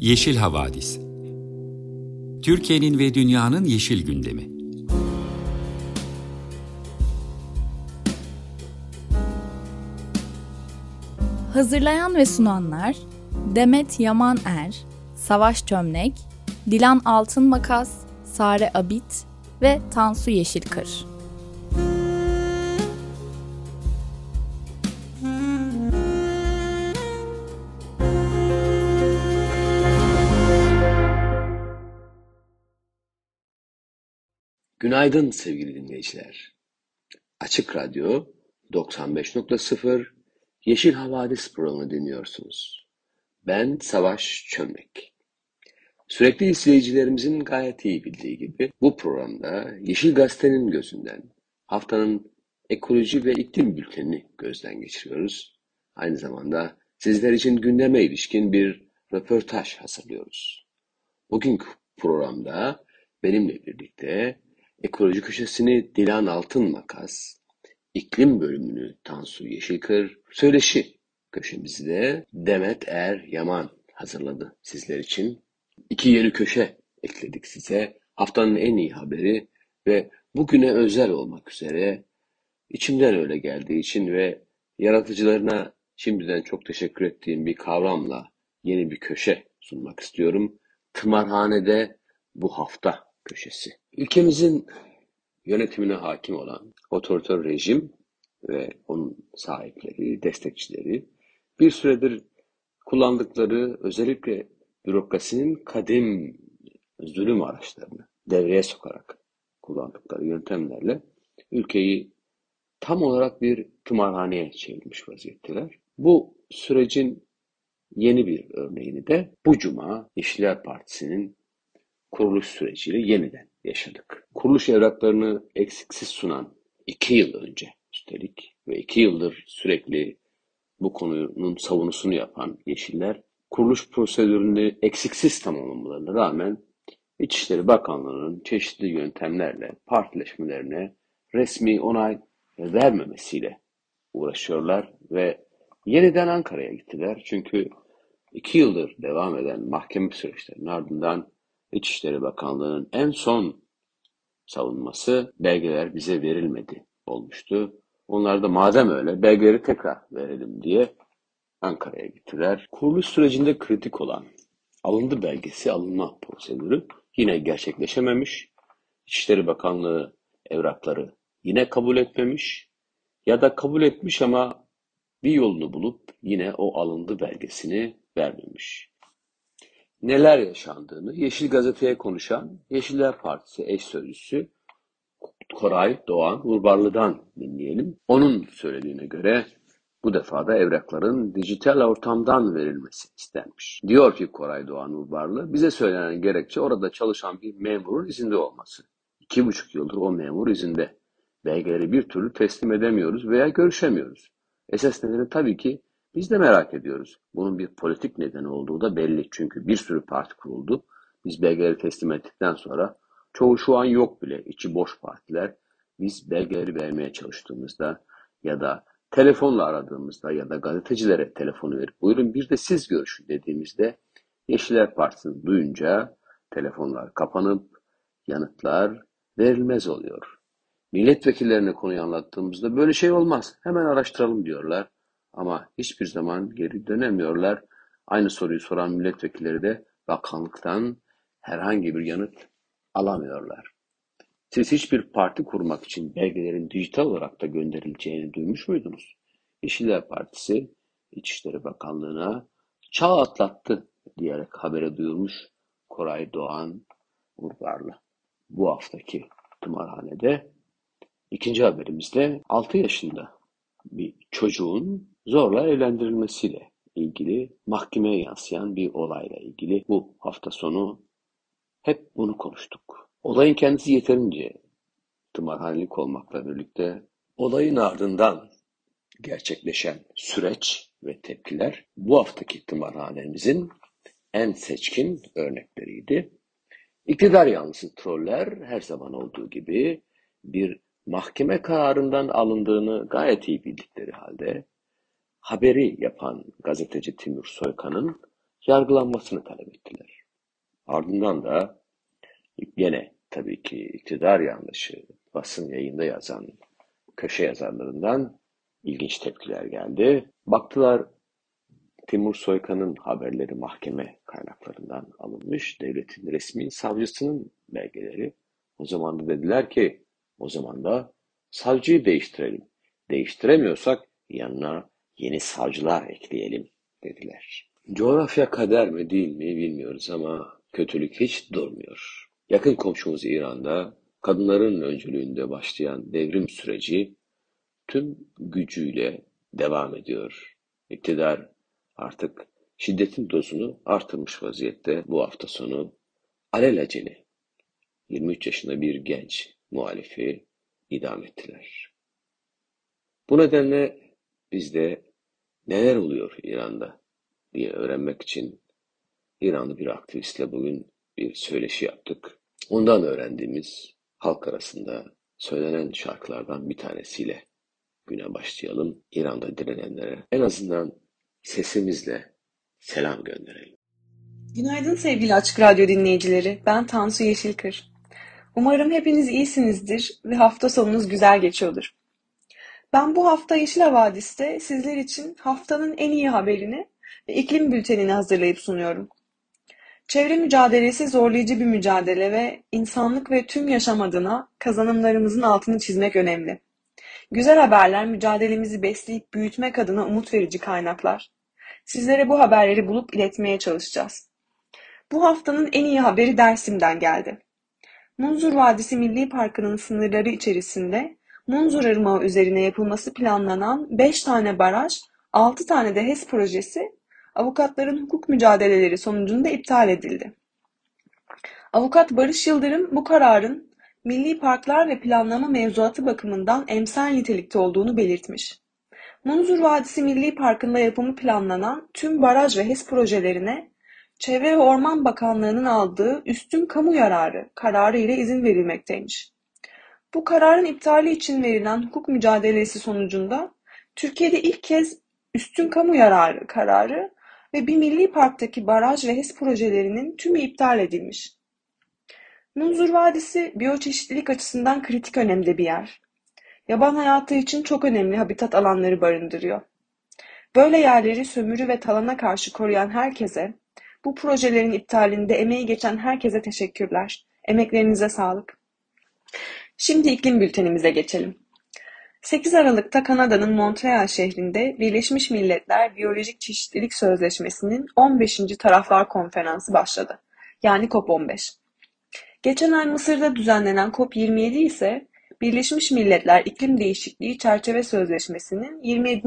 Yeşil Havadis. Türkiye'nin ve dünyanın yeşil gündemi. Hazırlayan ve sunanlar Demet Yaman Savaş Çömlek, Dilan Altınmakas, Sare Abit ve Tansu Yeşilkır. Günaydın sevgili dinleyiciler. Açık Radyo 95.0 Yeşil Havadis programını dinliyorsunuz. Ben Savaş Çömlek. Sürekli izleyicilerimizin gayet iyi bildiği gibi bu programda Yeşil Gazete'nin gözünden haftanın ekoloji ve iklim bültenini gözden geçiriyoruz. Aynı zamanda sizler için gündeme ilişkin bir röportaj hazırlıyoruz. Bugünkü programda benimle birlikte ekoloji köşesini Dilan Altınmakas, iklim bölümünü Tansu Yeşilkır, söyleşi köşemizi de Demet Yaman hazırladı sizler için. 2 yeni köşe ekledik size. Haftanın en iyi haberi ve bugüne özel olmak üzere içimden öyle geldiği için ve yaratıcılarına şimdiden çok teşekkür ettiğim bir kavramla yeni bir köşe sunmak istiyorum. Tımarhanede bu hafta köşesi. Ülkemizin yönetimine hakim olan otoriter rejim ve onun sahipleri, destekçileri bir süredir kullandıkları özellikle bürokrasinin kadim zulüm araçlarını devreye sokarak kullandıkları yöntemlerle ülkeyi tam olarak bir tımarhaneye çevirmiş vaziyetteler. Bu sürecin yeni bir örneğini de bu cuma Yeşiller Partisi'nin kuruluş süreciyle yeniden yaşadık. Kuruluş evraklarını eksiksiz sunan 2 yıl önce üstelik ve 2 yıldır sürekli bu konunun savunusunu yapan Yeşiller, kuruluş prosedürünü eksiksiz tamamlamalarına rağmen İçişleri Bakanlığı'nın çeşitli yöntemlerle partileşmelerine resmi onay vermemesiyle uğraşıyorlar ve yeniden Ankara'ya gittiler. Çünkü 2 yıldır devam eden mahkeme süreçlerinin ardından İçişleri Bakanlığı'nın en son savunması belgeler bize verilmedi olmuştu. Onlar da madem öyle belgeleri tekrar verelim diye Ankara'ya gittiler. Kuruluş sürecinde kritik olan alındı belgesi alınma prosedürü yine gerçekleşememiş. İçişleri Bakanlığı evrakları yine kabul etmemiş ya da kabul etmiş ama bir yolunu bulup yine o alındı belgesini vermemiş. Neler yaşandığını Yeşil Gazete'ye konuşan Yeşiller Partisi eş sözcüsü Koray Doğan Urbarlı'dan dinleyelim. Onun söylediğine göre bu defa da evrakların dijital ortamdan verilmesi istenmiş. Diyor ki Koray Doğan Urbarlı, bize söylenen gerekçe orada çalışan bir memurun izinde olması. 2,5 yıldır o memur izinde. Belgeleri bir türlü teslim edemiyoruz veya görüşemiyoruz. Esas nedeni tabii ki biz de merak ediyoruz. Bunun bir politik nedeni olduğu da belli. Çünkü bir sürü parti kuruldu. Biz belgeleri teslim ettikten sonra çoğu şu an yok bile. İçi boş partiler. Biz belgeleri vermeye çalıştığımızda ya da telefonla aradığımızda ya da gazetecilere telefonu verip buyurun bir de siz görüşün dediğimizde Yeşiller Partisi'ni duyunca telefonlar kapanıp yanıtlar verilmez oluyor. Milletvekillerine konuyu anlattığımızda böyle şey olmaz. Hemen araştıralım diyorlar. Ama hiçbir zaman geri dönemiyorlar. Aynı soruyu soran milletvekilleri de bakanlıktan herhangi bir yanıt alamıyorlar. Siz hiçbir parti kurmak için belgelerin dijital olarak da gönderileceğini duymuş muydunuz? Yeşiller Partisi İçişleri Bakanlığı'na çağ atlattı diyerek habere duyurmuş Koray Doğan Urbarlı. Bu haftaki tımarhanede ikinci haberimizde 6 yaşında bir çocuğun zorla evlendirilmesiyle ilgili mahkemeye yansıyan bir olayla ilgili bu hafta sonu hep bunu konuştuk. Olayın kendisi yeterince tımarhanelik olmakla birlikte olayın ardından gerçekleşen süreç ve tepkiler bu haftaki tımarhanemizin en seçkin örnekleriydi. İktidar yanlısı troller her zaman olduğu gibi bir mahkeme kararından alındığını gayet iyi bildikleri halde haberi yapan gazeteci Timur Soykan'ın yargılanmasını talep ettiler. Ardından da gene tabii ki iktidar yanlışı basın yayında yazan köşe yazarlarından ilginç tepkiler geldi. Baktılar Timur Soykan'ın haberleri mahkeme kaynaklarından alınmış, devletin resmi savcısının belgeleri. O zaman da dediler ki, o zaman da savcıyı değiştirelim. Değiştiremiyorsak yanına yeni savcılar ekleyelim dediler. Coğrafya kader mi değil mi bilmiyoruz ama kötülük hiç durmuyor. Yakın komşumuz İran'da kadınların öncülüğünde başlayan devrim süreci tüm gücüyle devam ediyor. İktidar artık şiddetin dozunu artırmış vaziyette. Bu hafta sonu alelacele 23 yaşında bir genç muhalifi idam ettiler. Bu nedenle biz de neler oluyor İran'da diye öğrenmek için İranlı bir aktivistle bugün bir söyleşi yaptık. Ondan öğrendiğimiz halk arasında söylenen şarkılardan bir tanesiyle güne başlayalım. İran'da direnenlere en azından sesimizle selam gönderelim. Günaydın sevgili Açık Radyo dinleyicileri. Ben Tansu Yeşilkır. Umarım hepiniz iyisinizdir ve hafta sonunuz güzel geçiyordur. Ben bu hafta Yeşil Havadis'te sizler için haftanın en iyi haberini ve iklim bültenini hazırlayıp sunuyorum. Çevre mücadelesi zorlayıcı bir mücadele ve insanlık ve tüm yaşam adına kazanımlarımızın altını çizmek önemli. Güzel haberler mücadelemizi besleyip büyütmek adına umut verici kaynaklar. Sizlere bu haberleri bulup iletmeye çalışacağız. Bu haftanın en iyi haberi Dersim'den geldi. Munzur Vadisi Milli Parkı'nın sınırları içerisinde Munzur Irmağı üzerine yapılması planlanan 5 tane baraj, 6 tane de HES projesi avukatların hukuk mücadeleleri sonucunda iptal edildi. Avukat Barış Yıldırım bu kararın milli parklar ve planlama mevzuatı bakımından emsal nitelikte olduğunu belirtmiş. Munzur Vadisi Milli Parkı'nda yapımı planlanan tüm baraj ve HES projelerine Çevre ve Orman Bakanlığı'nın aldığı üstün kamu yararı kararı ile izin verilmekteymiş. Bu kararın iptali için verilen hukuk mücadelesi sonucunda Türkiye'de ilk kez üstün kamu yararı kararı ve bir milli parktaki baraj ve HES projelerinin tümü iptal edilmiş. Munzur Vadisi biyoçeşitlilik açısından kritik önemde bir yer. Yaban hayatı için çok önemli habitat alanları barındırıyor. Böyle yerleri sömürü ve talana karşı koruyan herkese, bu projelerin iptalinde emeği geçen herkese teşekkürler. Emeklerinize sağlık. Şimdi iklim bültenimize geçelim. 8 Aralık'ta Kanada'nın Montreal şehrinde Birleşmiş Milletler Biyolojik Çeşitlilik Sözleşmesi'nin 15. Taraflar Konferansı başladı. Yani COP15. Geçen ay Mısır'da düzenlenen COP27 ise Birleşmiş Milletler İklim Değişikliği Çerçeve Sözleşmesi'nin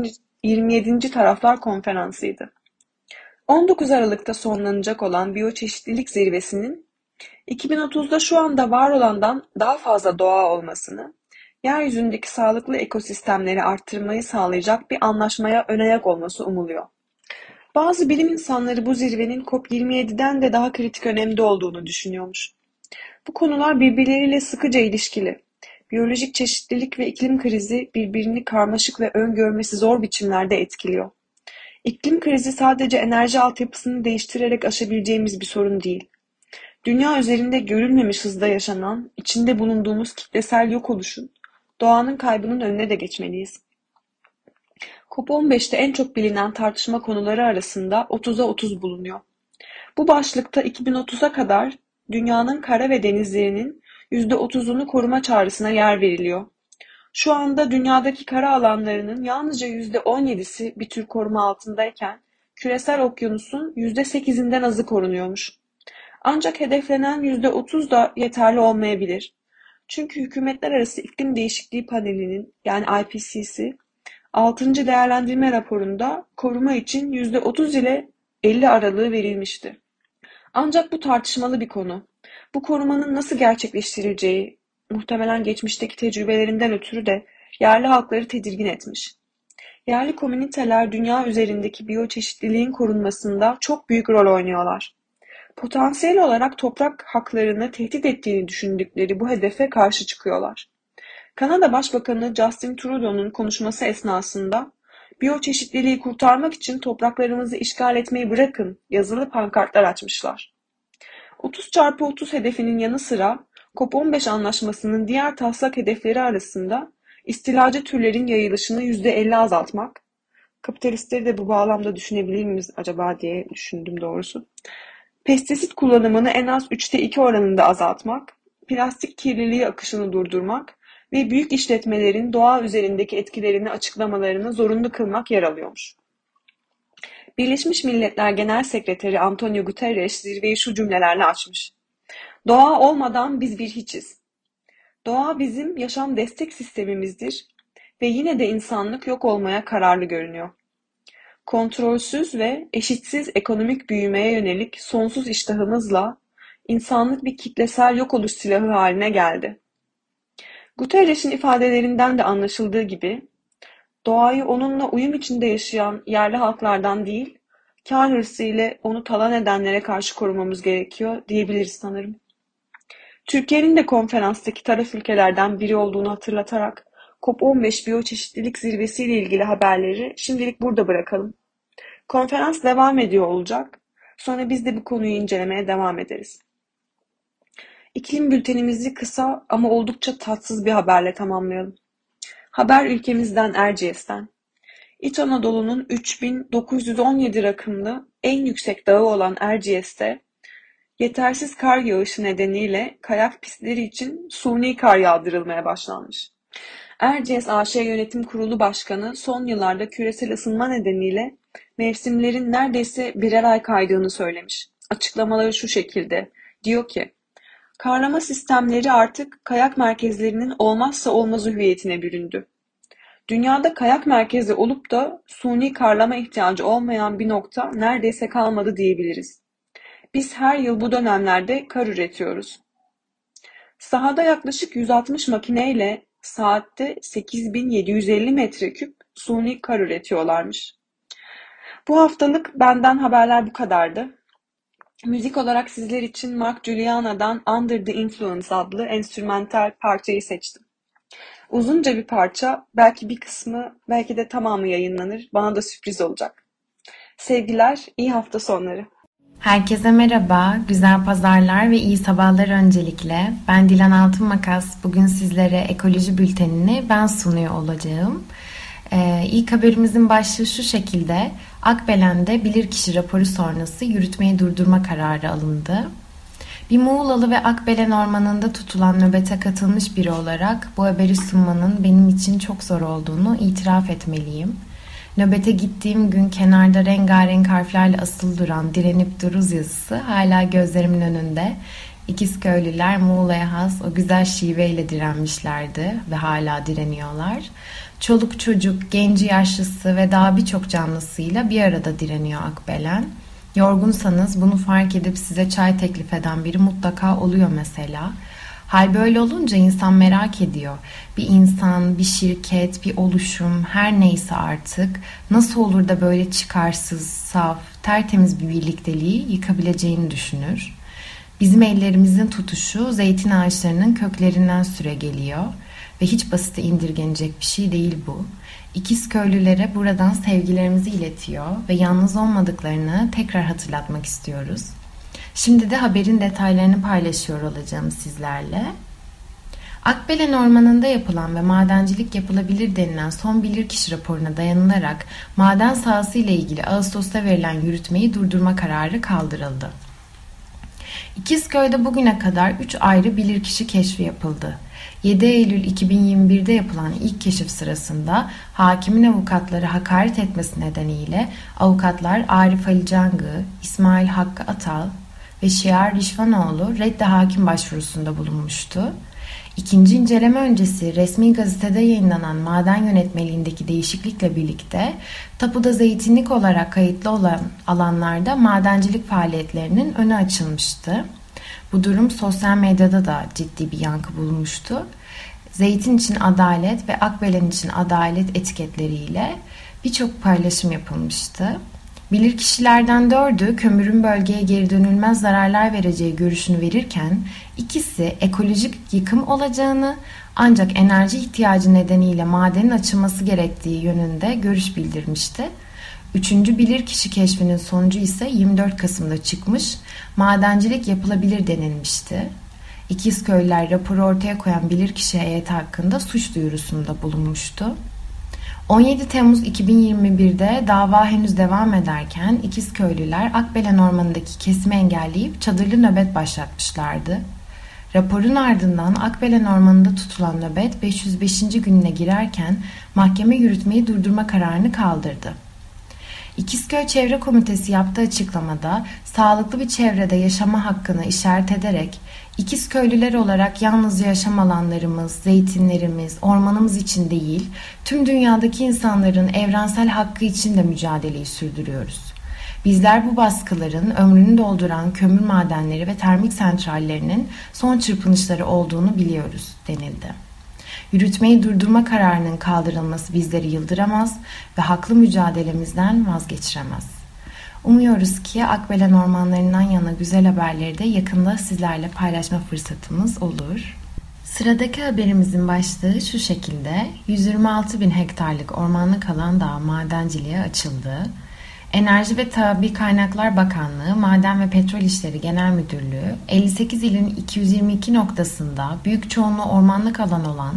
27. Taraflar Konferansı'ydı. 19 Aralık'ta sonlanacak olan Biyoçeşitlilik Zirvesi'nin 2030'da şu anda var olandan daha fazla doğa olmasını, yeryüzündeki sağlıklı ekosistemleri arttırmayı sağlayacak bir anlaşmaya ön ayak olması umuluyor. Bazı bilim insanları bu zirvenin COP27'den de daha kritik önemde olduğunu düşünüyormuş. Bu konular birbirleriyle sıkıca ilişkili. Biyolojik çeşitlilik ve iklim krizi birbirini karmaşık ve öngörmesi zor biçimlerde etkiliyor. İklim krizi sadece enerji altyapısını değiştirerek aşabileceğimiz bir sorun değil. Dünya üzerinde görülmemiş hızda yaşanan, içinde bulunduğumuz kitlesel yok oluşun, doğanın kaybının önüne de geçmeliyiz. COP15'te en çok bilinen tartışma konuları arasında 30'a 30 bulunuyor. Bu başlıkta 2030'a kadar dünyanın kara ve denizlerinin %30'unu koruma çağrısına yer veriliyor. Şu anda dünyadaki kara alanlarının yalnızca %17'si bir tür koruma altındayken küresel okyanusun %8'inden azı korunuyormuş. Ancak hedeflenen %30 da yeterli olmayabilir. Çünkü Hükümetler Arası İklim Değişikliği Paneli'nin yani IPCC 6. değerlendirme raporunda koruma için %30 ile 50 aralığı verilmişti. Ancak bu tartışmalı bir konu. Bu korumanın nasıl gerçekleştirileceği muhtemelen geçmişteki tecrübelerinden ötürü de yerli halkları tedirgin etmiş. Yerli komüniteler dünya üzerindeki biyoçeşitliliğin korunmasında çok büyük rol oynuyorlar. Potansiyel olarak toprak haklarını tehdit ettiğini düşündükleri bu hedefe karşı çıkıyorlar. Kanada Başbakanı Justin Trudeau'nun konuşması esnasında Biyoçeşitliliği kurtarmak için topraklarımızı işgal etmeyi bırakın yazılı pankartlar açmışlar. 30x30 hedefinin yanı sıra COP15 anlaşmasının diğer taslak hedefleri arasında istilacı türlerin yayılışını %50 azaltmak, kapitalistleri de bu bağlamda düşünebilir miyiz acaba diye düşündüm doğrusu. Pestisit kullanımını en az 2 oranında azaltmak, plastik kirliliği akışını durdurmak ve büyük işletmelerin doğa üzerindeki etkilerini açıklamalarını zorunlu kılmak yer alıyormuş. Birleşmiş Milletler Genel Sekreteri Antonio Guterres zirveyi şu cümlelerle açmış. Doğa olmadan biz bir hiçiz. Doğa bizim yaşam destek sistemimizdir ve yine de insanlık yok olmaya kararlı görünüyor. Kontrolsüz ve eşitsiz ekonomik büyümeye yönelik sonsuz iştahımızla insanlık bir kitlesel yok oluş silahı haline geldi. Guterres'in ifadelerinden de anlaşıldığı gibi, doğayı onunla uyum içinde yaşayan yerli halklardan değil, kâr hırsı ile onu talan edenlere karşı korumamız gerekiyor diyebiliriz sanırım. Türkiye'nin de konferanstaki taraf ülkelerden biri olduğunu hatırlatarak COP15 biyoçeşitlilik zirvesiyle ilgili haberleri şimdilik burada bırakalım. Konferans devam ediyor olacak. Sonra biz de bu konuyu incelemeye devam ederiz. İklim bültenimizi kısa ama oldukça tatsız bir haberle tamamlayalım. Haber ülkemizden Erciyes'ten. İç Anadolu'nun 3917 rakımlı en yüksek dağı olan Erciyes'te yetersiz kar yağışı nedeniyle kayak pistleri için suni kar yağdırılmaya başlanmış. Erciyes AŞ Yönetim Kurulu Başkanı son yıllarda küresel ısınma nedeniyle mevsimlerin neredeyse birer ay kaydığını söylemiş. Açıklamaları şu şekilde. Diyor ki, karlama sistemleri artık kayak merkezlerinin olmazsa olmazı hüviyetine büründü. Dünyada kayak merkezi olup da suni karlama ihtiyacı olmayan bir nokta neredeyse kalmadı diyebiliriz. Biz her yıl bu dönemlerde kar üretiyoruz. Sahada yaklaşık 160 makineyle saatte 8750 metreküp suni kar üretiyorlarmış. Bu haftalık benden haberler bu kadardı. Müzik olarak sizler için Mark Juliana'dan Under the Influence adlı enstrümantal parçayı seçtim. Uzunca bir parça, belki bir kısmı, belki de tamamı yayınlanır. Bana da sürpriz olacak. Sevgiler, iyi hafta sonları. Herkese merhaba, güzel pazarlar ve iyi sabahlar öncelikle. Ben Dilan Altınmakas, bugün sizlere ekoloji bültenini ben sunuyor olacağım. İlk haberimizin başlığı şu şekilde, Akbelen'de bilirkişi raporu sonrası yürütmeyi durdurma kararı alındı. Bir Muğlalı ve Akbelen Ormanı'nda tutulan nöbete katılmış biri olarak bu haberi sunmanın benim için çok zor olduğunu itiraf etmeliyim. Nöbete gittiğim gün kenarda rengarenk harflerle asılı duran "Direnip Duruz" yazısı hala gözlerimin önünde. İkizköylüler Muğla'ya has o güzel şiveyle direnmişlerdi ve hala direniyorlar. Çoluk çocuk, genci yaşlısı ve daha birçok canlısıyla bir arada direniyor Akbelen. Yorgunsanız bunu fark edip size çay teklif eden biri mutlaka oluyor mesela. Hal böyle olunca insan merak ediyor. Bir insan, bir şirket, bir oluşum, her neyse artık nasıl olur da böyle çıkarsız, saf, tertemiz bir birlikteliği yıkabileceğini düşünür. Bizim ellerimizin tutuşu zeytin ağaçlarının köklerinden süregeliyor ve hiç basite indirgenecek bir şey değil bu. İkizköylülere buradan sevgilerimizi iletiyor ve yalnız olmadıklarını tekrar hatırlatmak istiyoruz. Şimdi de haberin detaylarını paylaşıyor olacağım sizlerle. Akbelen Ormanı'nda yapılan ve madencilik yapılabilir denilen son bilirkişi raporuna dayanılarak maden sahası ile ilgili Ağustos'ta verilen yürütmeyi durdurma kararı kaldırıldı. İkizköy'de bugüne kadar 3 ayrı bilirkişi keşfi yapıldı. 7 Eylül 2021'de yapılan ilk keşif sırasında hakimin avukatları hakaret etmesi nedeniyle avukatlar Arif Ali Cangı, İsmail Hakkı Atal ve Şiar Rişvanoğlu reddi hakim başvurusunda bulunmuştu. İkinci inceleme öncesi resmi gazetede yayınlanan maden yönetmeliğindeki değişiklikle birlikte tapuda zeytinlik olarak kayıtlı olan alanlarda madencilik faaliyetlerinin önü açılmıştı. Bu durum sosyal medyada da ciddi bir yankı bulmuştu. Zeytin için adalet ve Akbelen için adalet etiketleriyle birçok paylaşım yapılmıştı. Bilirkişilerden 4'ü kömürün bölgeye geri dönülmez zararlar vereceği görüşünü verirken ikisi ekolojik yıkım olacağını Ancak enerji ihtiyacı nedeniyle madenin açılması gerektiği yönünde görüş bildirmişti. 3. bilirkişi keşfinin sonucu ise 24 Kasım'da çıkmış, madencilik yapılabilir denilmişti. İkizköylüler raporu ortaya koyan bilirkişi heyeti hakkında suç duyurusunda bulunmuştu. 17 Temmuz 2021'de dava henüz devam ederken İkizköylüler Akbelen Ormanı'ndaki kesimi engelleyip çadırlı nöbet başlatmışlardı. Raporun ardından Akbelen Ormanı'nda tutulan nöbet 505. gününe girerken mahkeme yürütmeyi durdurma kararını kaldırdı. İkizköy Çevre Komitesi yaptığı açıklamada sağlıklı bir çevrede yaşama hakkını işaret ederek İkizköylüler olarak yalnızca yaşam alanlarımız, zeytinlerimiz, ormanımız için değil, tüm dünyadaki insanların evrensel hakkı için de mücadeleyi sürdürüyoruz. Bizler bu baskıların ömrünü dolduran kömür madenleri ve termik santrallerinin son çırpınışları olduğunu biliyoruz denildi. Yürütmeyi durdurma kararının kaldırılması bizleri yıldıramaz ve haklı mücadelemizden vazgeçiremez. Umuyoruz ki Akbelen ormanlarından yana güzel haberleri de yakında sizlerle paylaşma fırsatımız olur. Sıradaki haberimizin başlığı şu şekilde: 126 bin hektarlık ormanlık alan dağı madenciliğe açıldı. Enerji ve Tabii Kaynaklar Bakanlığı Maden ve Petrol İşleri Genel Müdürlüğü 58 ilin 222 noktasında büyük çoğunluğu ormanlık alan olan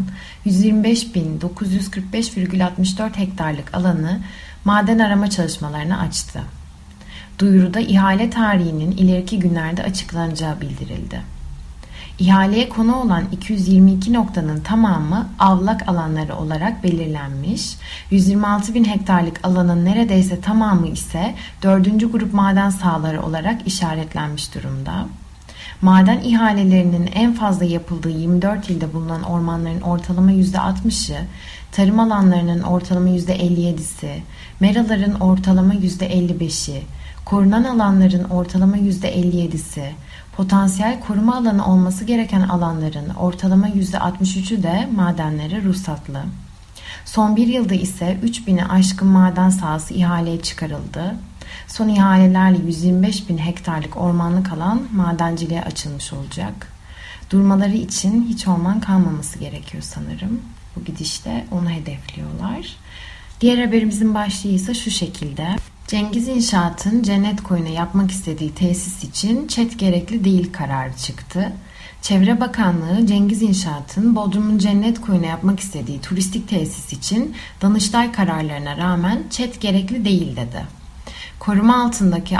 125.945,64 hektarlık alanı maden arama çalışmalarına açtı. Duyuruda ihale tarihinin ileriki günlerde açıklanacağı bildirildi. İhaleye konu olan 222 noktanın tamamı avlak alanları olarak belirlenmiş. 126 bin hektarlık alanın neredeyse tamamı ise 4. grup maden sahaları olarak işaretlenmiş durumda. Maden ihalelerinin en fazla yapıldığı 24 ilde bulunan ormanların ortalama %60'ı, tarım alanlarının ortalama %57'si, meraların ortalama %55'i, korunan alanların ortalama %57'si, potansiyel koruma alanı olması gereken alanların ortalama %63'ü de madenlere ruhsatlı. Son bir yılda ise 3000'i aşkın maden sahası ihaleye çıkarıldı. Son ihalelerle 125 bin hektarlık ormanlık alan madenciliğe açılmış olacak. Durmaları için hiç orman kalmaması gerekiyor sanırım. Bu gidişte onu hedefliyorlar. Diğer haberimizin başlığı ise şu şekilde: Cengiz İnşaat'ın Cennet Koyu'na yapmak istediği tesis için ÇED gerekli değil kararı çıktı. Çevre Bakanlığı Cengiz İnşaat'ın Bodrum'un Cennet Koyu'na yapmak istediği turistik tesis için Danıştay kararlarına rağmen ÇED gerekli değil dedi. Koruma altındaki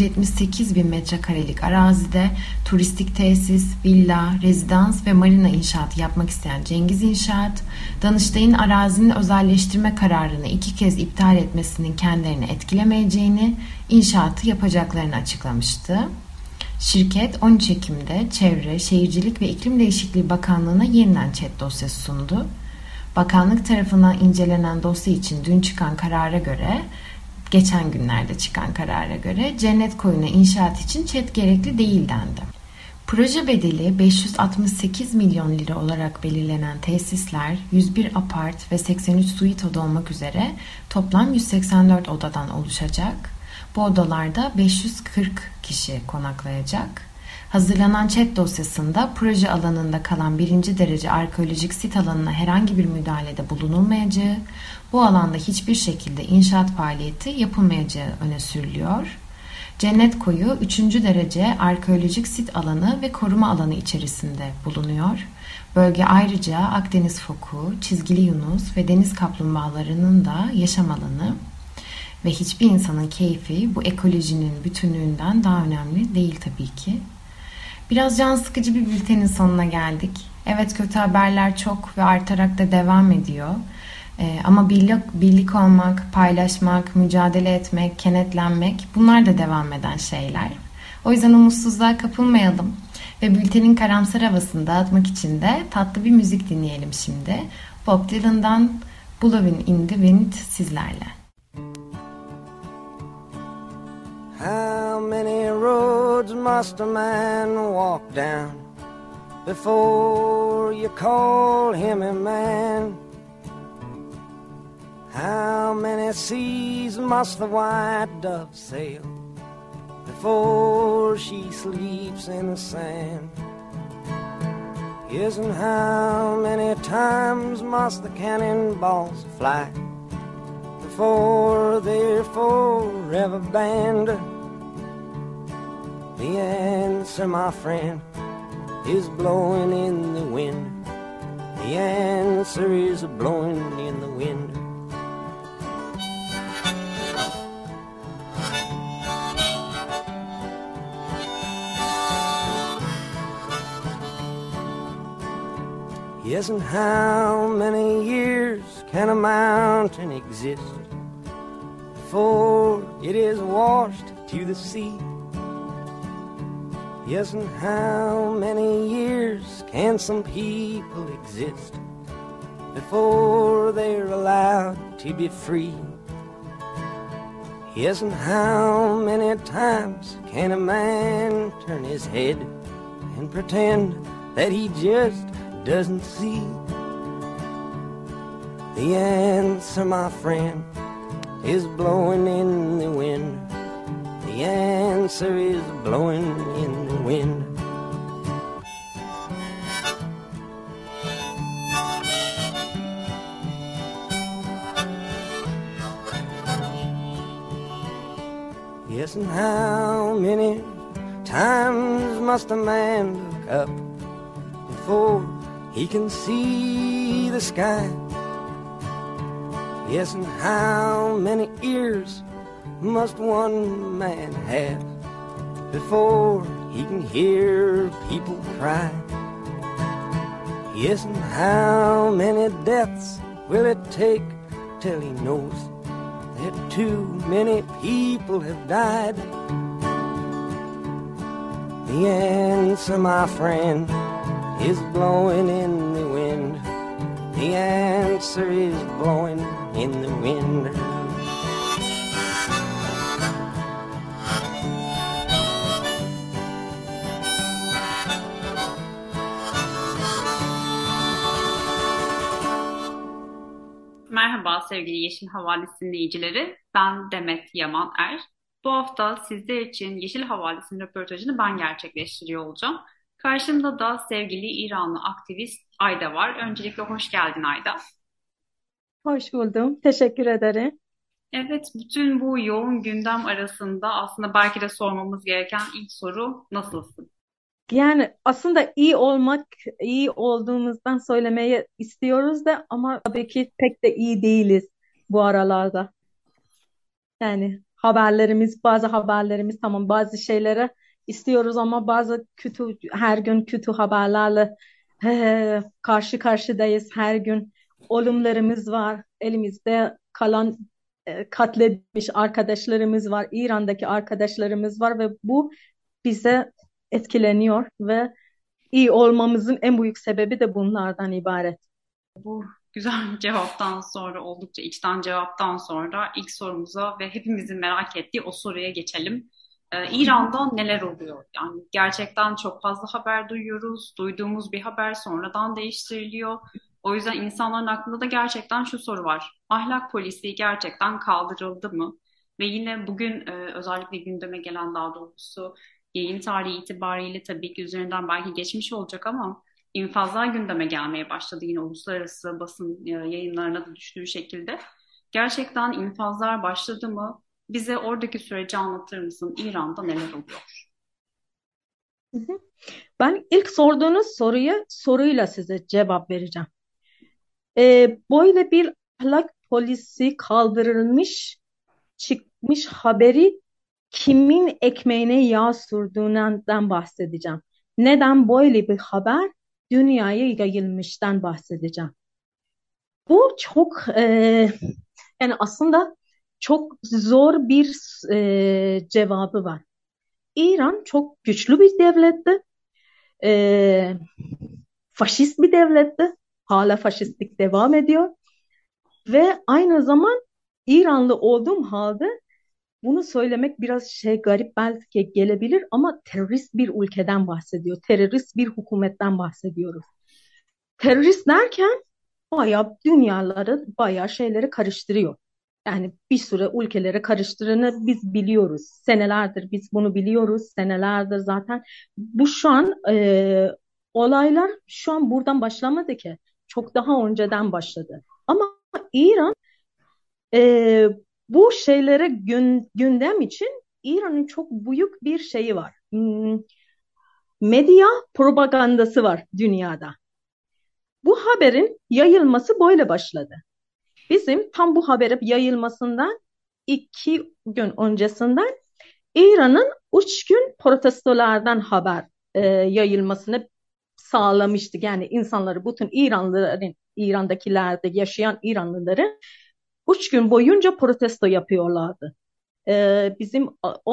678 bin metrekarelik arazide turistik tesis, villa, rezidans ve marina inşaatı yapmak isteyen Cengiz İnşaat, Danıştay'ın arazinin özelleştirme kararını 2 kez iptal etmesinin kendilerini etkilemeyeceğini, inşaatı yapacaklarını açıklamıştı. Şirket 13 Ekim'de Çevre, Şehircilik ve İklim Değişikliği Bakanlığı'na yeniden ÇED dosyası sundu. Bakanlık tarafından incelenen dosya için dün çıkan karara göre, geçen günlerde çıkan karara göre Cennet Koyu'na inşaat için ÇED gerekli değil dendi. Proje bedeli 568 milyon lira olarak belirlenen tesisler 101 apart ve 83 suite oda olmak üzere toplam 184 odadan oluşacak. Bu odalarda 540 kişi konaklayacak. Hazırlanan ÇED dosyasında proje alanında kalan 1. derece arkeolojik sit alanına herhangi bir müdahalede bulunulmayacağı, bu alanda hiçbir şekilde inşaat faaliyeti yapılmayacağı öne sürülüyor. Cennet Koyu 3. derece arkeolojik sit alanı ve koruma alanı içerisinde bulunuyor. Bölge ayrıca Akdeniz foku, çizgili yunus ve deniz kaplumbağalarının da yaşam alanı ve hiçbir insanın keyfi bu ekolojinin bütünlüğünden daha önemli değil tabii ki. Biraz can sıkıcı bir bültenin sonuna geldik. Evet, kötü haberler çok ve artarak da devam ediyor. Ama birlik olmak, paylaşmak, mücadele etmek, kenetlenmek, bunlar da devam eden şeyler. O yüzden umutsuzluğa kapılmayalım ve bültenin karamsar havasını dağıtmak için de tatlı bir müzik dinleyelim şimdi. Bob Dylan'dan Blowin' in the Wind sizlerle. How many roads must a man walk down before you call him a man? How many seas must the white dove sail before she sleeps in the sand? Yes, and how many times must the cannonballs fly before they're forever banned? The answer, my friend, is blowing in the wind. The answer is blowing in the wind. Yes, and how many years can a mountain exist before it is washed to the sea? Yes, and how many years can some people exist before they're allowed to be free? Yes, and how many times can a man turn his head and pretend that he just doesn't see? The answer, my friend, is blowing in the wind. The answer is blowing in the wind. Yes, and how many times must a man look up before he can see the sky? Yes, and how many ears must one man have before he can hear people cry? Yes, and how many deaths will it take till he knows that too many people have died? The answer, my friend, is blowing in the wind. The answer is blowing in the wind. Merhaba sevgili Yeşil Havadis dinleyicileri. Ben Demet Yaman Er. Bu hafta sizler için Yeşil Havadis'in röportajını ben gerçekleştiriyor olacağım. Karşımda da sevgili İranlı aktivist Ayda var. Öncelikle hoş geldin Ayda. Hoş buldum. Teşekkür ederim. Evet, bütün bu yoğun gündem arasında aslında belki de sormamız gereken ilk soru nasılsın? Yani aslında iyi olduğumuzdan söylemeyi istiyoruz da ama tabii ki pek de iyi değiliz bu aralarda. Yani bazı haberlerimiz tamam, bazı şeylere istiyoruz ama her gün kötü haberlerle karşı karşıyayız. Her gün ölümlerimiz var. Elimizde kalan katledilmiş arkadaşlarımız var. İran'daki arkadaşlarımız var ve bu bize etkileniyor ve iyi olmamızın en büyük sebebi de bunlardan ibaret. Bu güzel cevaptan sonra, oldukça içten cevaptan sonra ilk sorumuza ve hepimizin merak ettiği o soruya geçelim. İran'da neler oluyor? Yani gerçekten çok fazla haber duyuyoruz. Duyduğumuz bir haber sonradan değiştiriliyor. O yüzden insanların aklında da gerçekten şu soru var. Ahlak polisliği gerçekten kaldırıldı mı? Ve yine bugün özellikle gündeme gelen, daha doğrusu yayın tarihi itibariyle tabii ki üzerinden belki geçmiş olacak ama infazlar gündeme gelmeye başladı yine uluslararası basın yayınlarına da düştüğü şekilde. Gerçekten infazlar başladı mı? Bize oradaki süreci anlatır mısın? İran'da neler oluyor? Hı hı. Ben ilk sorduğunuz soruyla size cevap vereceğim. Böyle bir ahlak polisi kaldırılmış, çıkmış haberi kimin ekmeğine yağ sürdüğünden bahsedeceğim. Neden böyle bir haber dünyaya yayılmıştan bahsedeceğim. Bu çok yani aslında çok zor bir cevabı var. İran çok güçlü bir devletti. Faşist bir devletti. Hala faşistlik devam ediyor. Ve aynı zaman İranlı olduğum halde bunu söylemek biraz garip belki gelebilir ama terörist bir ülkeden bahsediyor. Terörist bir hükümetten bahsediyoruz. Terörist derken bayağı şeyleri karıştırıyor. Yani bir sürü ülkeleri karıştırdığını biz biliyoruz. Senelerdir biz bunu biliyoruz. Senelerdir zaten. Bu şu an olaylar şu an buradan başlamadı ki. Çok daha önceden başladı. Ama İran e, bu şeylere gündem için İran'ın çok büyük bir şeyi var. Medya propagandası var dünyada. Bu haberin yayılması böyle başladı. Bizim tam bu haberin yayılmasından 2 gün öncesinden İran'ın 3 gün protestolardan haber yayılmasını sağlamıştık. Yani insanları, bütün İranlıların, İran'dakilerde yaşayan İranlıları 3 gün boyunca protesto yapıyorlardı. Bizim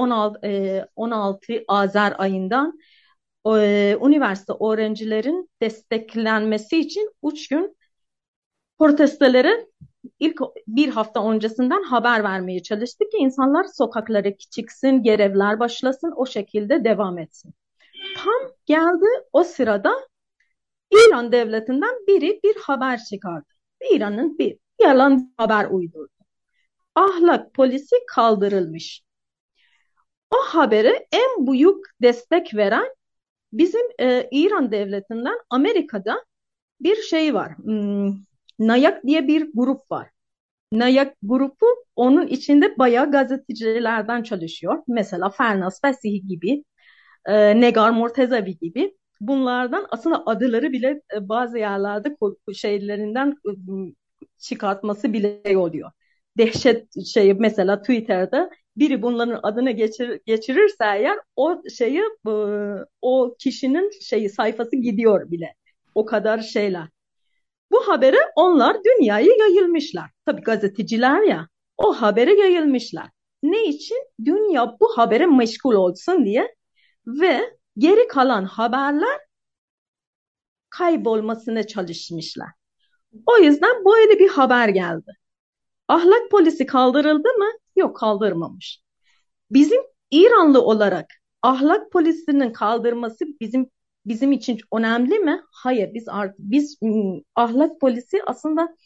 16 Azer ayından üniversite öğrencilerin desteklenmesi için 3 gün protestoları ilk bir hafta öncesinden haber vermeye çalıştık ki insanlar sokaklara çıksın, görevler başlasın, o şekilde devam etsin. Tam geldi o sırada İran devletinden biri bir haber çıkardı. İran'ın bir yalan haber uydurdu. Ahlak polisi kaldırılmış. O habere en büyük destek veren bizim İran devletinden Amerika'da bir şey var. Nayak diye bir grup var. Nayak grubu onun içinde bayağı gazetecilerden çalışıyor. Mesela Fernas Fasihi gibi, Negar Mortezavi gibi. Bunlardan aslında adları bile bazı yerlerde şeylerinden çıkartması bile oluyor. Dehşet şeyi mesela Twitter'da biri bunların adını geçirirse eğer o şeyi o kişinin sayfası gidiyor bile. O kadar şeyler. Bu haberi onlar dünyaya yayılmışlar. Tabii gazeteciler ya, o haberi yayılmışlar. Ne için? Dünya bu habere meşgul olsun diye ve geri kalan haberler kaybolmasına çalışmışlar. O yüzden böyle bir haber geldi. Ahlak polisi kaldırıldı mı? Yok, kaldırmamış. Bizim İranlı olarak ahlak polisinin kaldırması bizim için önemli mi? Hayır, biz ahlak polisi aslında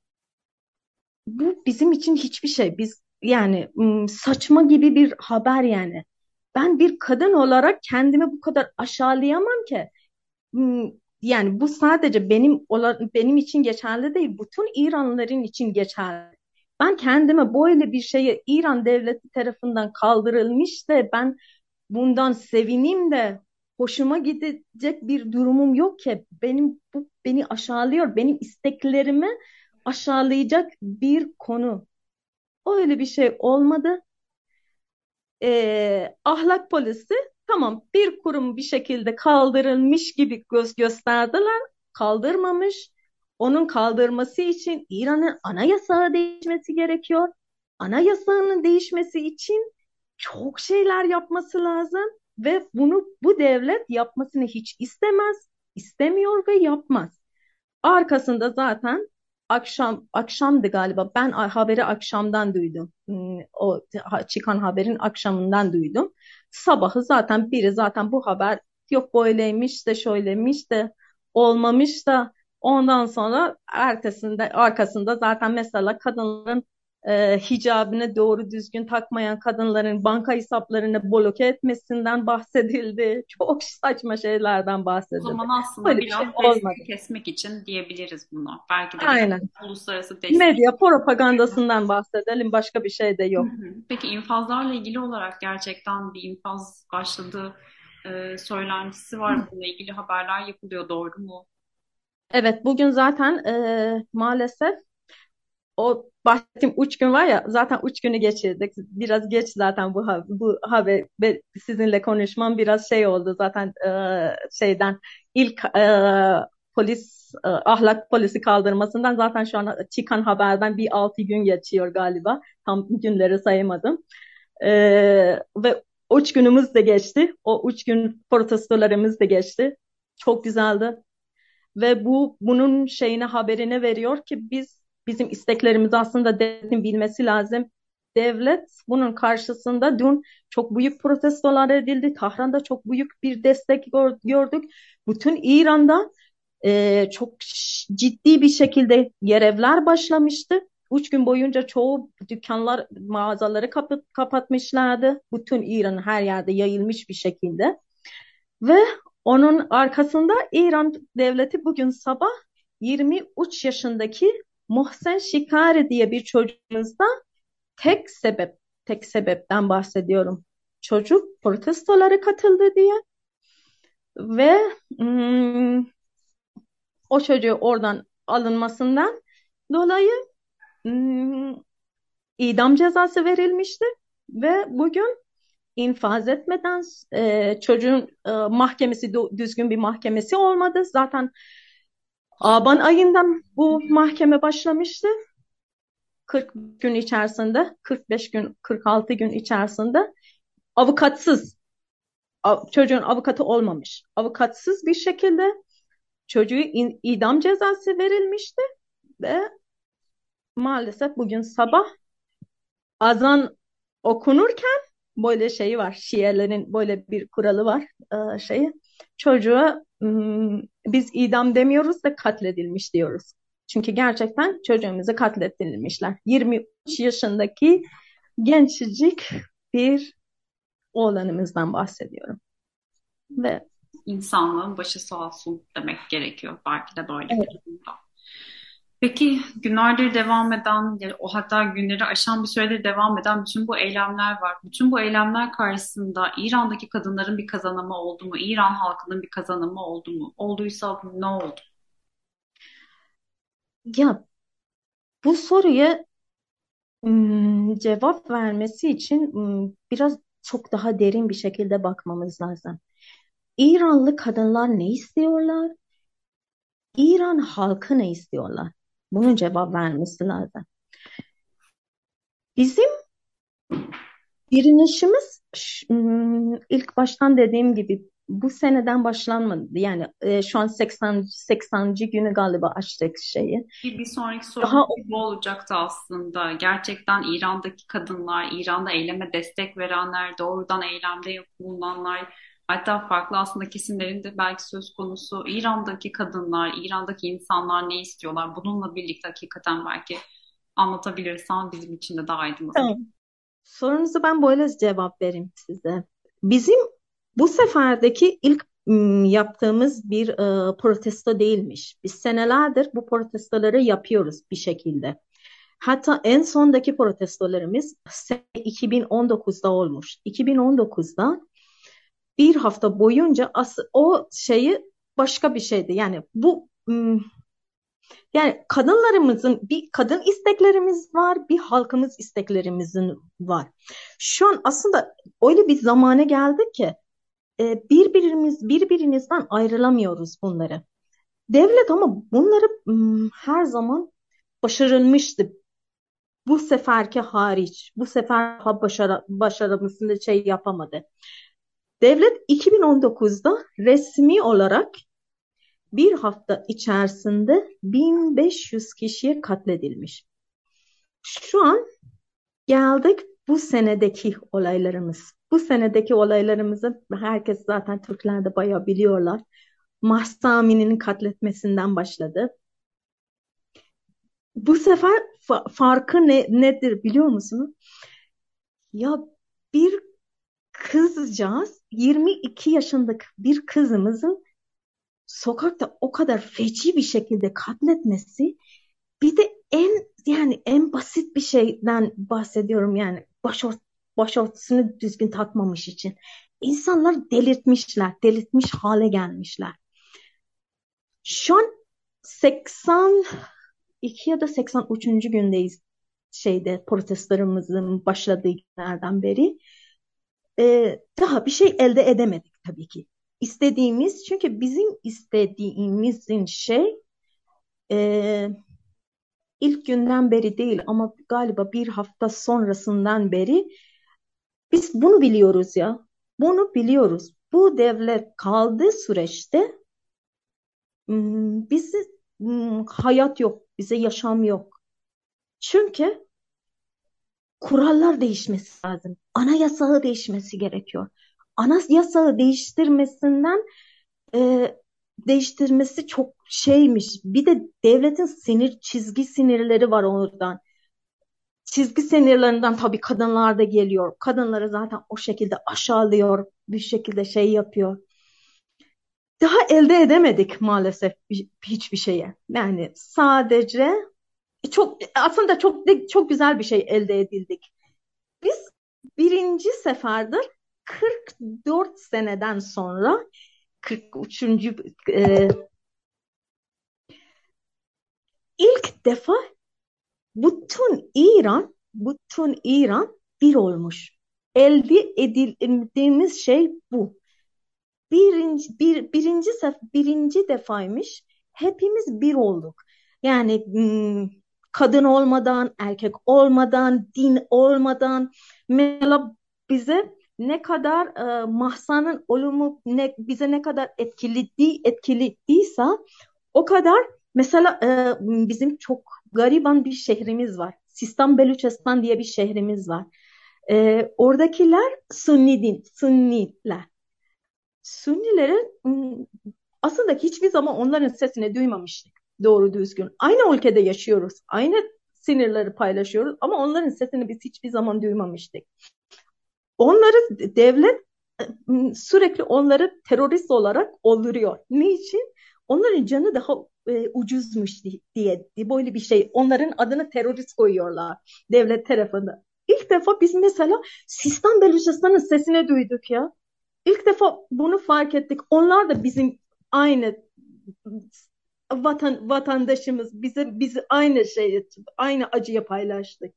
bu bizim için hiçbir şey. Biz yani saçma gibi bir haber yani. Ben bir kadın olarak kendimi bu kadar aşağılayamam ki. Yani bu sadece benim için geçerli değil, bütün İranlıların için geçerli. Ben kendime böyle bir şeye İran devleti tarafından kaldırılmış da ben bundan sevineyim de hoşuma gidecek bir durumum yok ki. Bu beni aşağılıyor, benim isteklerimi aşağılayacak bir konu. Öyle bir şey olmadı. Ahlak polisi tamam bir kurum bir şekilde kaldırılmış gibi gösterdiler. Kaldırmamış. Onun kaldırması için İran'ın anayasa değişmesi gerekiyor. Anayasanın değişmesi için çok şeyler yapması lazım ve bunu bu devlet yapmasını hiç istemez, istemiyor ve yapmaz. Arkasında zaten akşamdı galiba. Ben haberi akşamdan duydum. O çıkan haberin akşamından duydum. Sabahı zaten biri zaten bu haber yok böyleymiş de şöyleymiş de olmamış da ondan sonra arkasında zaten mesela kadınların hicabını doğru düzgün takmayan kadınların banka hesaplarını bloke etmesinden bahsedildi. Çok saçma şeylerden O bahsedildi. zaman aslında Böyle bir biraz şey olmadı. destek kesmek için diyebiliriz bunu. Belki de Aynen. uluslararası destek. Medya propagandasından bahsedelim. Başka bir şey de yok. Peki infazlarla ilgili olarak gerçekten bir infaz başladığı söylentisi var. Bununla ilgili haberler yapılıyor. Doğru mu? Evet, bugün zaten maalesef o bahsettiğim 3 gün var ya, zaten 3 günü geçirdik. Biraz geç zaten bu haber ve sizinle konuşmam biraz şey oldu zaten şeyden ilk ahlak polisi kaldırmasından zaten şu an çıkan haberden bir 6 gün geçiyor galiba. Tam günleri sayamadım. Ve 3 günümüz de geçti. O 3 gün protestolarımız da geçti. Çok güzeldi. Ve bunun haberini veriyor ki bizim isteklerimizi aslında devletin bilmesi lazım. Devlet bunun karşısında dün çok büyük protestolar edildi. Tahran'da çok büyük bir destek gördük. Bütün İran'da çok ciddi bir şekilde görevler başlamıştı. 3 gün boyunca çoğu dükkanlar, mağazaları kapatmışlardı. Bütün İran'ın her yerde yayılmış bir şekilde. Ve Onun arkasında İran devleti bugün sabah 23 yaşındaki Mohsen Şikari diye bir çocuğumuzdan tek sebepten bahsediyorum. Çocuk protestolara katıldı diye ve o çocuğu oradan alınmasından dolayı hmm, idam cezası verilmişti ve bugün infaz etmeden çocuğun mahkemesi düzgün bir mahkemesi olmadı. Zaten Şubat ayından bu mahkeme başlamıştı. 40 gün içerisinde, 45 gün, 46 gün içerisinde avukatsız, çocuğun avukatı olmamış, avukatsız bir şekilde çocuğu idam cezası verilmişti ve maalesef bugün sabah azan okunurken böyle şeyi var. Şiilerin böyle bir kuralı var. Şeyi. Çocuğa biz idam demiyoruz da katledilmiş diyoruz. Çünkü gerçekten çocuğumuzu katledilmişler. 23 yaşındaki gençcik bir oğlanımızdan bahsediyorum. Ve İnsanlığın başı sağ olsun demek gerekiyor belki de böyle evet. bir durumda. Peki günlerdir devam eden, o hatta günleri aşan bir süredir devam eden bütün bu eylemler var. Bütün bu eylemler karşısında İran'daki kadınların bir kazanımı oldu mu? İran halkının bir kazanımı oldu mu? Olduysa ne oldu? Ya bu soruya cevap vermesi için biraz çok daha derin bir şekilde bakmamız lazım. İranlı kadınlar ne istiyorlar? İran halkı ne istiyorlar? Bunun cevap vermesi lazım. Bizim direnişimiz ilk baştan dediğim gibi bu seneden başlanmadı. Yani şu an 80. günü galiba açtık şeyi. Bir sonraki Daha sorum bu olacaktı aslında. Gerçekten İran'daki kadınlar, İran'da eyleme destek verenler, doğrudan eylemde bulunanlar, hatta farklı aslında kesimlerin de belki söz konusu İran'daki kadınlar, İran'daki insanlar ne istiyorlar? Bununla birlikte hakikaten belki anlatabilirsen bizim için de daha aydınlatıcı. tamam. Sorunuzu ben böyle cevap vereyim size. Bizim bu seferdeki ilk yaptığımız bir protesto değilmiş. Biz senelerdir bu protestoları yapıyoruz bir şekilde. Hatta en sondaki protestolarımız 2019'da olmuş. 2019'da bir hafta boyunca o şeyi başka bir şeydi. Yani bu yani kadınlarımızın bir kadın isteklerimiz var, bir halkımız isteklerimizin var. Şu an aslında öyle bir zamana geldik ki birbirimizden ayrılamıyoruz bunları. Devlet ama bunları her zaman başarılmıştı. Bu seferki hariç, bu sefer başarımızını şey yapamadı. Devlet 2019'da resmi olarak bir hafta içerisinde 1500 kişiye katledilmiş. Şu an geldik bu senedeki olaylarımız. Bu senedeki olaylarımızı herkes zaten Türkler de bayağı biliyorlar. Mahsa Amini'nin katletmesinden başladı. Bu sefer farkı nedir biliyor musunuz? Ya bir kızcağız 22 yaşındaki bir kızımızın sokakta o kadar feci bir şekilde katletmesi, bir de en basit bir şeyden bahsediyorum, yani başörtüsünü düzgün takmamış için. İnsanlar delirtmiş hale gelmişler. Şu an 82 ya da 83. gündeyiz protestolarımızın başladığı günlerden beri. Daha bir şey elde edemedik tabii ki. Çünkü bizim istediğimizin ilk günden beri değil ama galiba bir hafta sonrasından beri biz bunu biliyoruz ya. Bunu biliyoruz. Bu devlet kaldığı süreçte bize hayat yok, bize yaşam yok. Çünkü kurallar değişmesi lazım. Anayasağı değişmesi gerekiyor. Anayasağı değiştirmesi çok şeymiş. Bir de devletin çizgi sinirleri var oradan. Çizgi sinirlerinden tabii kadınlar da geliyor. Kadınları zaten o şekilde aşağılıyor, bir şekilde yapıyor. daha elde edemedik maalesef hiçbir şeye. Yani sadece aslında çok güzel bir şey elde edildik. Biz birinci seferde 44 seneden sonra 43. İlk defa bütün İran bir olmuş. Elde edildiğimiz şey bu. Birinci defaymış. Hepimiz bir olduk. Yani kadın olmadan, erkek olmadan, din olmadan, mesela bize ne kadar Mahsa'nın ölümü bize ne kadar etkiliyse o kadar mesela bizim çok gariban bir şehrimiz var. Sistan Beluçistan diye bir şehrimiz var. Oradakiler Sunniler. Sünnilerin aslında hiçbir zaman onların sesini duymamıştık doğru düzgün. Aynı ülkede yaşıyoruz, aynı sınırları paylaşıyoruz ama onların sesini biz hiçbir zaman duymamıştık. Devlet sürekli onları terörist olarak öldürüyor. Niçin? Onların canı daha ucuzmuş diye böyle bir şey. Onların adını terörist koyuyorlar devlet tarafından. İlk defa biz mesela Sistan Beluçistan'ın sesini duyduk ya. İlk defa bunu fark ettik. Onlar da bizim aynı vatandaşımız. Bizi aynı acıya paylaştık.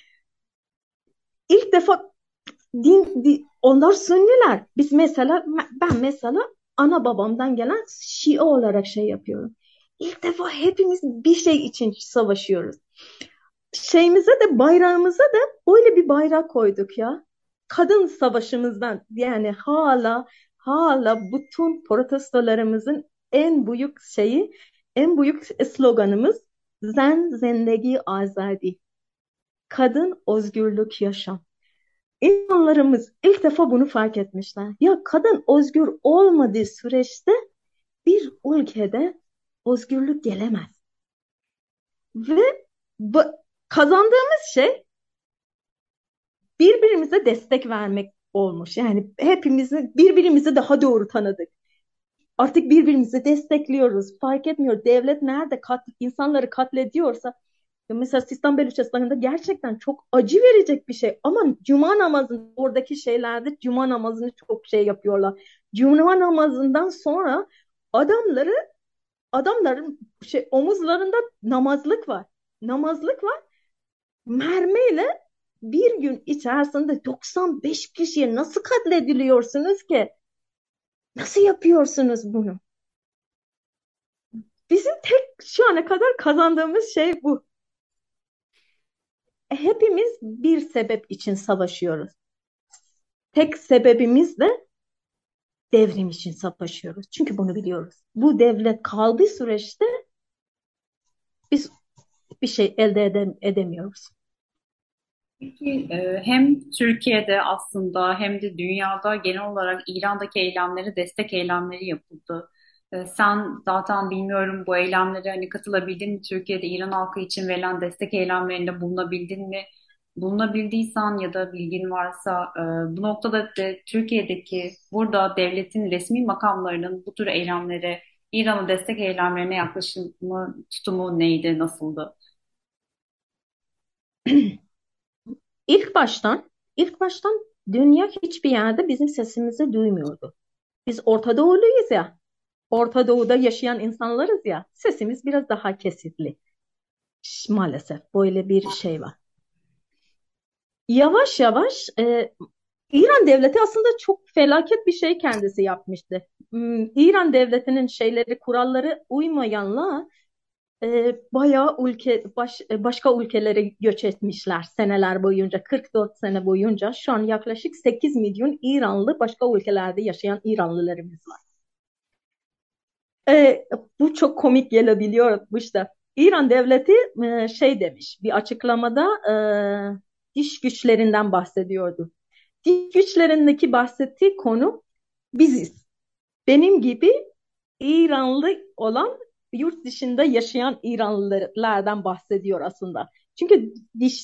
İlk defa onlar Sünniler. Ben mesela ana babamdan gelen Şii olarak şey yapıyorum. İlk defa hepimiz bir şey için savaşıyoruz. Bayrağımıza da böyle bir bayrak koyduk ya. Kadın savaşımızdan yani hala bütün protestolarımızın en büyük sloganımız Zen Zendegi Azadi. Kadın özgürlük yaşam. İnsanlarımız ilk defa bunu fark etmişler. Ya kadın özgür olmadığı süreçte bir ülkede özgürlük gelemez. Ve kazandığımız şey birbirimize destek vermek olmuş. Yani birbirimizi daha doğru tanıdık. Artık birbirimizi destekliyoruz. Fark etmiyor. Devlet nerede insanları katlediyorsa mesela Sistan Beluçistan'da gerçekten çok acı verecek bir şey. Ama Cuma namazında oradaki şeylerde Cuma namazını çok şey yapıyorlar. Cuma namazından sonra adamların omuzlarında namazlık var. Namazlık var. Mermiyle bir gün içerisinde 95 kişiye nasıl katlediliyorsunuz ki? Nasıl yapıyorsunuz bunu? Bizim tek şu ana kadar kazandığımız şey bu. Hepimiz bir sebep için savaşıyoruz. Tek sebebimiz de devrim için savaşıyoruz. Çünkü bunu biliyoruz. Bu devlet kaldığı süreçte biz bir şey elde edemiyoruz. Peki hem Türkiye'de aslında hem de dünyada genel olarak İran'daki eylemlere destek eylemleri yapıldı. Sen zaten bilmiyorum bu eylemlere hani katılabildin mi? Türkiye'de İran halkı için verilen destek eylemlerinde bulunabildin mi? Bulunabildiysen ya da bilgin varsa bu noktada Türkiye'deki burada devletin resmi makamlarının bu tür eylemlere, İran'a destek eylemlerine yaklaşımı, tutumu neydi, nasıldı? İlk baştan dünya hiçbir yerde bizim sesimizi duymuyordu. Biz Orta Doğuluyuz ya. Orta Doğu'da yaşayan insanlarız ya. Sesimiz biraz daha kesitli. Maalesef böyle bir şey var. Yavaş yavaş İran devleti aslında çok felaket bir şey kendisi yapmıştı. İran devletinin kuralları uymayanla bayağı başka ülkelere göç etmişler seneler boyunca, 44 sene boyunca. Şu an yaklaşık 8 milyon İranlı başka ülkelerde yaşayan İranlılarımız var. Bu çok komik gelebiliyormuş da. İran devleti demiş bir açıklamada dış güçlerinden bahsediyordu. Dış güçlerindeki bahsettiği konu biziz. Benim gibi İranlı olan yurt dışında yaşayan İranlılardan bahsediyor aslında. Çünkü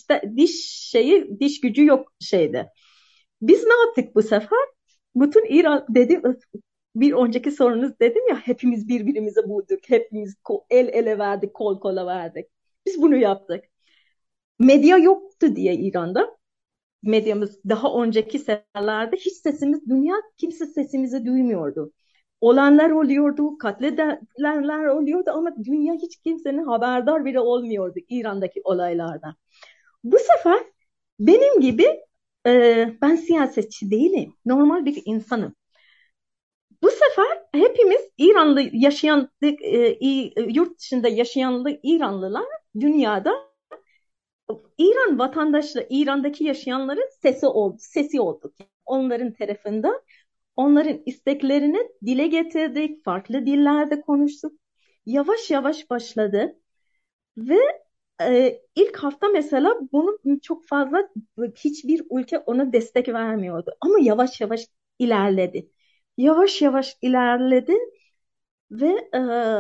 diş gücü yok şeyde. Biz ne yaptık bu sefer? Bütün İran dedi bir önceki sorunuz dedim ya, hepimiz birbirimize bulduk. Hepimiz el ele verdik, kol kola verdik. Biz bunu yaptık. Medya yoktu diye İran'da. Medyamız daha önceki senelerde hiç sesimiz, dünya kimse sesimizi duymuyordu. Olanlar oluyordu, katledenler oluyordu ama dünya hiç kimsenin haberdar bile olmuyordu İran'daki olaylardan. Bu sefer benim gibi ben siyasetçi değilim, normal bir insanım. Bu sefer hepimiz İranlı yaşayan, yurt dışında yaşayan İranlılar dünyada İran vatandaşları, İran'daki yaşayanların sesi olduk. Onların tarafında, onların isteklerini dile getirdik, farklı dillerde konuştuk. Yavaş yavaş başladı ve ilk hafta mesela bunu çok fazla, hiçbir ülke ona destek vermiyordu. Ama yavaş yavaş ilerledi. Yavaş yavaş ilerledi ve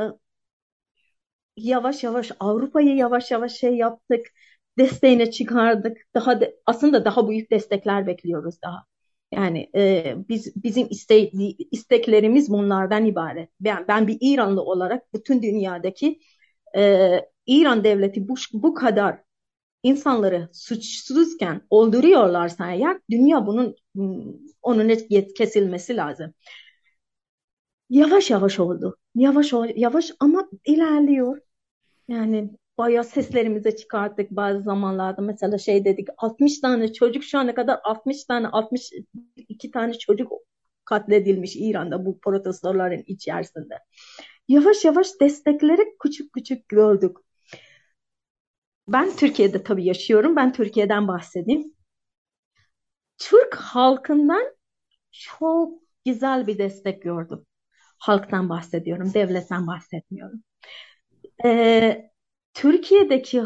yavaş yavaş Avrupa'yı yavaş yavaş şey yaptık, desteğine çıkardık. Aslında daha büyük destekler bekliyoruz daha. Yani bizim isteklerimiz bunlardan ibaret. Ben bir İranlı olarak bütün dünyadaki İran devleti bu kadar insanları suçsuzken öldürüyorlarsa eğer, dünya onun kesilmesi lazım. Yavaş yavaş oldu. Yavaş yavaş ama ilerliyor. Yani bayağı seslerimize çıkarttık bazı zamanlarda. Mesela şey dedik, 60 tane çocuk, şu ana kadar 62 tane çocuk katledilmiş İran'da bu protestoların içerisinde. Yavaş yavaş destekleri küçük küçük gördük. Ben Türkiye'de tabii yaşıyorum. Ben Türkiye'den bahsedeyim. Türk halkından çok güzel bir destek gördüm. Halktan bahsediyorum, devletten bahsetmiyorum. Türkiye'deki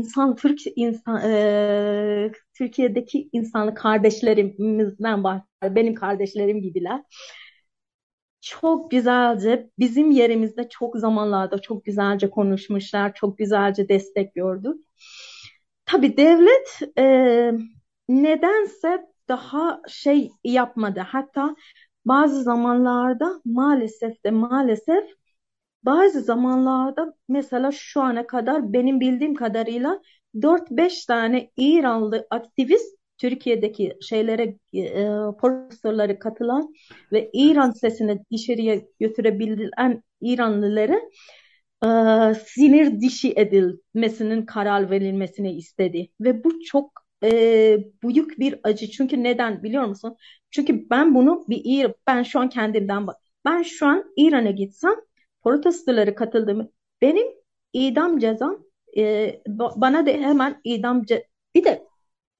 Türkiye'deki insan kardeşlerimizden bahsediyorum. Benim kardeşlerim gibiler. Çok güzelce bizim yerimizde çok zamanlarda çok güzelce konuşmuşlar, çok güzelce destek gördük. Tabii devlet nedense daha şey yapmadı. Hatta bazı zamanlarda maalesef bazı zamanlarda mesela şu ana kadar benim bildiğim kadarıyla 4-5 tane İranlı aktivist Türkiye'deki protestolara katılan ve İran sesini dışarıya götürebilen İranlıları sinir dışı edilmesinin karar verilmesini istedi. Ve bu çok büyük bir acı. Çünkü neden biliyor musun? Çünkü ben şu an kendimden bak. Ben şu an İran'a gitsem, protestolara katıldığımı, benim idam cezam, bana da hemen bir de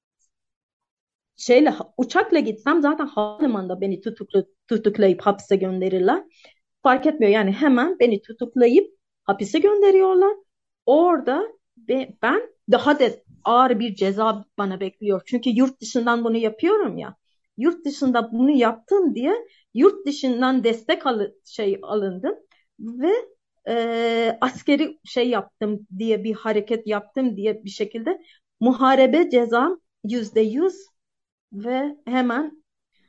uçakla gitsem zaten havalimanında beni tutuklayıp hapse gönderirler. Fark etmiyor yani, hemen beni tutuklayıp hapise gönderiyorlar. Orada ben daha da ağır bir ceza bana bekliyor. Çünkü yurt dışından bunu yapıyorum ya. Yurt dışında bunu yaptım diye yurt dışından destek alındım ve askeri yaptım diye, bir hareket yaptım diye bir şekilde muharebe cezam %100 ve hemen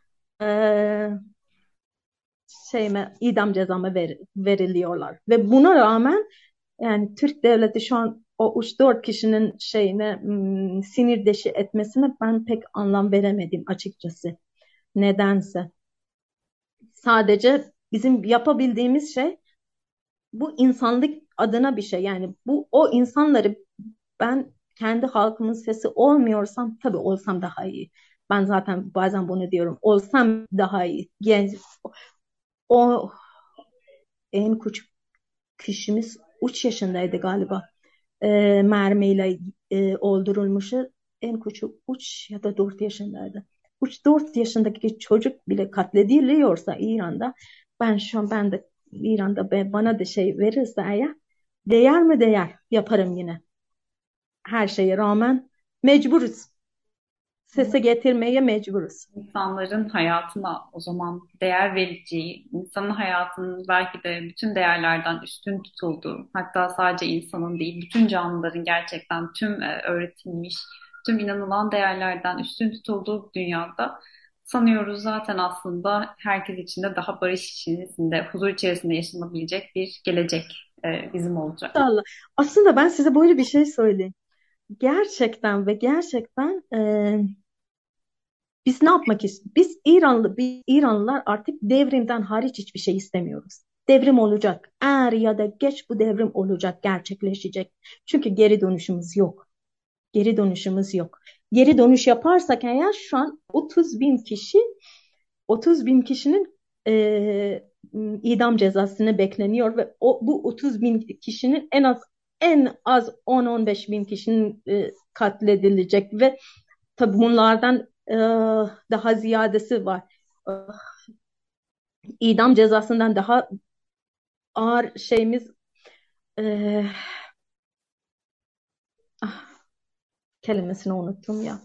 idam cezamı veriliyorlar. Ve buna rağmen yani Türk devleti şu an o 3-4 kişinin sinir dışı etmesine ben pek anlam veremedim açıkçası. Nedense. Sadece bizim yapabildiğimiz şey bu insanlık adına bir şey. Yani o insanları, ben kendi halkımın sesi olmuyorsam, tabii olsam daha iyi. Ben zaten bazen bunu diyorum. Olsam daha iyi. Genç, o en küçük kişimiz 3 yaşındaydı galiba. Mermiyle öldürülmüşü. En küçük 3 ya da 4 yaşındaydı. 3-4 yaşındaki çocuk bile katlediliyorsa İran'da, ben de İran'da bana da verirse eğer, değer mi değer, yaparım yine. Her şeye rağmen mecburuz. Sese getirmeye mecburuz. İnsanların hayatına o zaman değer vereceği, insanın hayatının belki de bütün değerlerden üstün tutulduğu, hatta sadece insanın değil, bütün canlıların gerçekten tüm öğretilmiş, tüm inanılan değerlerden üstün tutulduğu dünyada Sanıyoruz zaten aslında herkes için de daha barış içerisinde, huzur içerisinde yaşanabilecek bir gelecek bizim olacak. İnşallah. Aslında ben size böyle bir şey söyleyeyim. Gerçekten ve gerçekten biz ne yapmak istiyoruz? Biz İranlılar artık devrimden hariç hiçbir şey istemiyoruz. Devrim olacak. Er ya da geç bu devrim olacak, gerçekleşecek. Çünkü geri dönüşümüz yok. Geri dönüşümüz yok. Geri dönüş yaparsak eğer şu an 30 bin kişinin idam cezasını bekleniyor ve bu 30 bin kişinin en az 10-15 bin kişinin katledilecek ve tabii bunlardan daha ziyadesi var. E, idam cezasından daha ağır şeyimiz e, ah, kelimesini unuttum ya.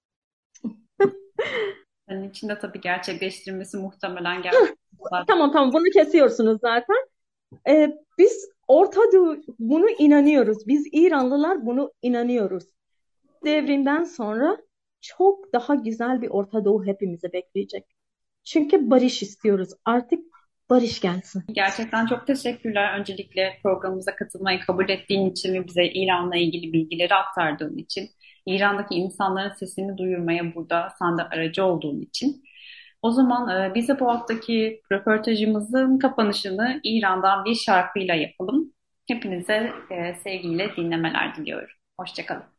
Senin için de tabii gerçekleştirmesi muhtemelen gerçekten. Tamam bunu kesiyorsunuz zaten. Biz Orta Doğu bunu inanıyoruz. Biz İranlılar bunu inanıyoruz. Devrimden sonra çok daha güzel bir Orta Doğu hepimizi bekleyecek. Çünkü barış istiyoruz. Artık barış gelsin. Gerçekten çok teşekkürler. Öncelikle programımıza katılmayı kabul ettiğin için ve bize İran'la ilgili bilgileri aktardığın için. İran'daki insanların sesini duyurmaya burada sen de aracı olduğun için. O zaman biz de bu haftaki röportajımızın kapanışını İran'dan bir şarkıyla yapalım. Hepinize sevgiyle dinlemeler diliyorum. Hoşça kalın.